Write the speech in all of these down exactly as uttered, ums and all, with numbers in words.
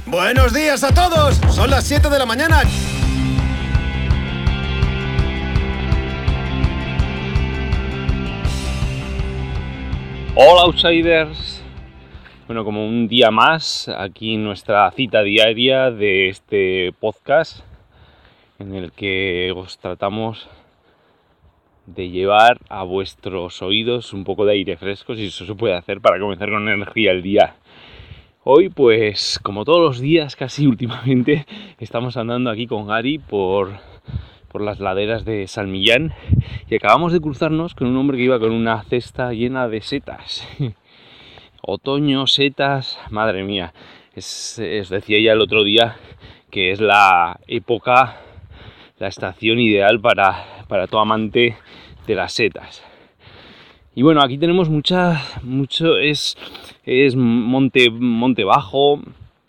Buenos días a todos. Son las siete de la mañana. Hola Outsiders. Bueno, como un día más, aquí nuestra cita diaria de este podcast en el que os tratamos de llevar a vuestros oídos un poco de aire fresco, si eso se puede hacer, para comenzar con energía el día. Hoy, pues, como todos los días casi últimamente, estamos andando aquí con Gary por, por las laderas de San Millán y acabamos de cruzarnos con un hombre que iba con una cesta llena de setas. Otoño, setas, madre mía. Es, os decía ya el otro día que es la época, la estación ideal para, para todo amante de las setas. Y bueno, aquí tenemos mucha, mucho, es, es monte, monte bajo,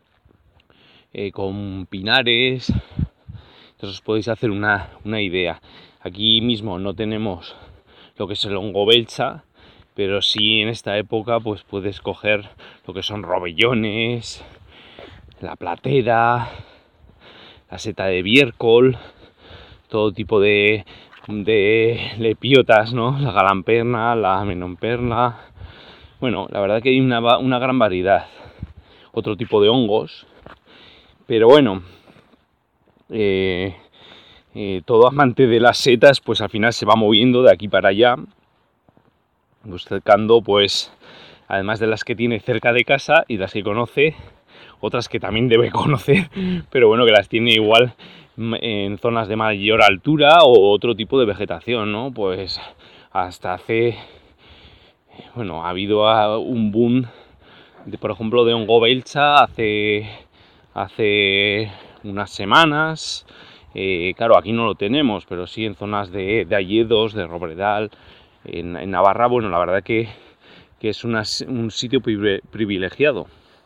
eh, con pinares, entonces os podéis hacer una, una idea. Aquí mismo no tenemos lo que es el hongo belcha, pero sí en esta época pues puedes coger lo que son robellones, la platera, la seta de biércol, todo tipo de... de lepiotas, ¿no? La galamperna, la menomperna. Bueno, la verdad que hay una, una gran variedad. Otro tipo de hongos. Pero bueno, eh, eh, todo amante de las setas, pues al final se va moviendo de aquí para allá, buscando, pues, además de las que tiene cerca de casa y las que conoce, otras que también debe conocer, pero bueno, que las tiene igual en zonas de mayor altura o otro tipo de vegetación, ¿no? Pues hasta hace, bueno, ha habido un boom, de, por ejemplo, de hongo belcha hace, hace unas semanas. Eh, claro, aquí no lo tenemos, pero sí en zonas de, de Alledos, de Robredal, en, en Navarra. Bueno, la verdad que, que es una, un sitio privilegiado.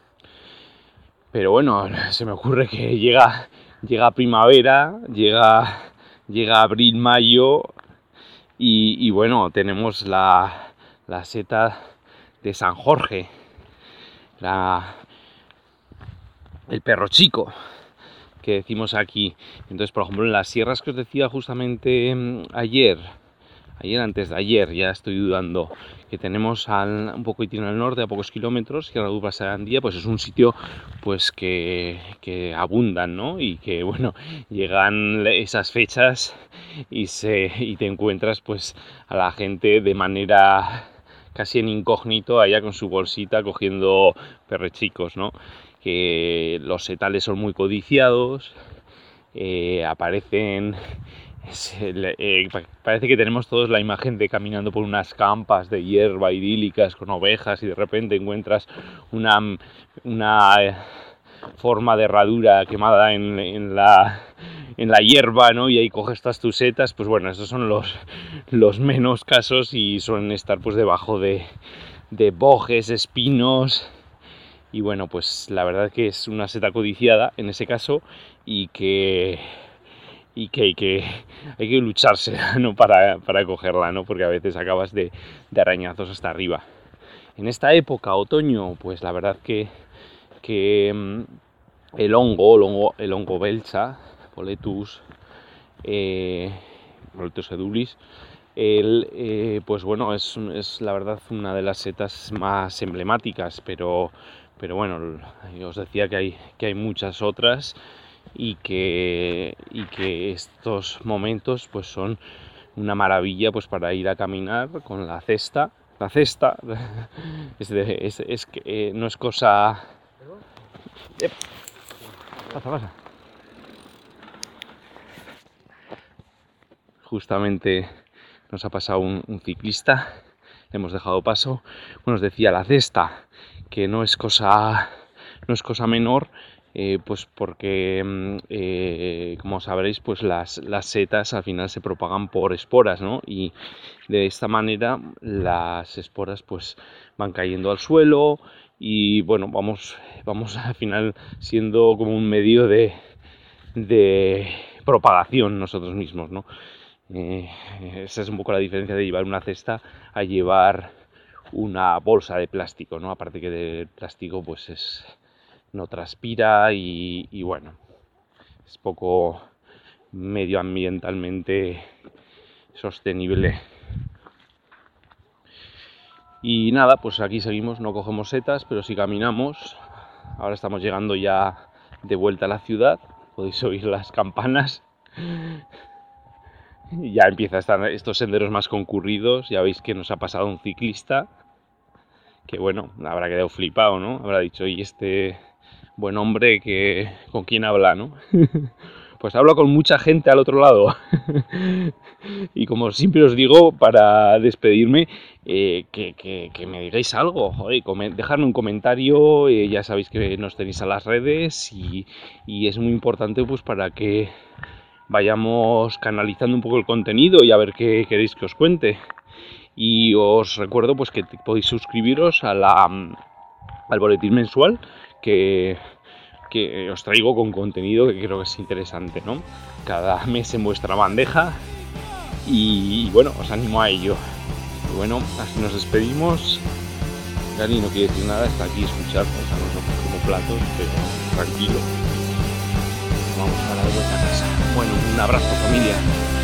Pero bueno, se me ocurre que llega... Llega primavera, llega, llega abril, mayo y, y bueno, tenemos la, la seta de San Jorge, la, el perro chico que decimos aquí. Entonces, por ejemplo, en las sierras que os decía justamente ayer, ayer antes de ayer, ya estoy dudando, que tenemos al, un poquitín al norte, a pocos kilómetros, que la Dupla Sarandía, pues es un sitio pues que, que abundan, ¿no? Y que, bueno, llegan esas fechas y, se, y te encuentras pues a la gente de manera casi en incógnito, allá con su bolsita cogiendo perrechicos, ¿no? Que los setales son muy codiciados, eh, aparecen... Es, eh, parece que tenemos todos la imagen de caminando por unas campas de hierba idílicas con ovejas y de repente encuentras una, una eh, forma de herradura quemada en, en, la, en la hierba, ¿no? Y ahí coges todas tus setas. Pues bueno, esos son los, los menos casos y suelen estar pues debajo de, de bojes, espinos. Y bueno, pues la verdad que es una seta codiciada en ese caso y que... y que hay que, hay que lucharse, ¿no? para, para cogerla, ¿no? Porque a veces acabas de, de arañazos hasta arriba. En esta época, otoño, pues la verdad que, que el hongo, el hongo, el hongo belcha, Boletus, eh, Boletus edulis, el, eh, pues bueno, es, es la verdad una de las setas más emblemáticas, pero, pero bueno, os decía que hay, que hay muchas otras. Y que, y que estos momentos pues son una maravilla pues para ir a caminar con la cesta. La cesta es, de, es, es que eh, no es cosa... Yep. Pasa, pasa. Justamente nos ha pasado un, un ciclista, le hemos dejado paso. Bueno, os decía, la cesta, que no es cosa, no es cosa menor. Eh, pues porque, eh, como sabréis, pues las, las setas al final se propagan por esporas, ¿no? Y de esta manera las esporas pues van cayendo al suelo y bueno, vamos, vamos al final siendo como un medio de, de propagación nosotros mismos, ¿no? Eh, esa es un poco la diferencia de llevar una cesta a llevar una bolsa de plástico, ¿no? Aparte que del plástico pues es... no transpira y, y bueno, es poco medioambientalmente sostenible. Y nada, pues aquí seguimos, no cogemos setas, pero sí caminamos. Ahora estamos llegando ya de vuelta a la ciudad, podéis oír las campanas. Ya empieza a estar estos senderos más concurridos, ya veis que nos ha pasado un ciclista, que bueno, habrá quedado flipado, ¿no? Habrá dicho, y este buen hombre, que ¿con quién habla, no? Pues hablo con mucha gente al otro lado. Y como siempre os digo, para despedirme, eh, que, que, que me digáis algo, joder, dejadme un comentario, eh, ya sabéis que nos tenéis a las redes y, y es muy importante pues para que vayamos canalizando un poco el contenido y a ver qué queréis que os cuente. Y os recuerdo pues que podéis suscribiros a la, al boletín mensual que, que os traigo con contenido que creo que es interesante, ¿no? Cada mes en vuestra bandeja y, y bueno, os animo a ello. Y bueno, así nos despedimos. Gary no quiere decir nada, está aquí a escucharnos a nosotros como platos, pero tranquilo. Vamos ahora de vuelta a casa. Bueno, un abrazo, familia.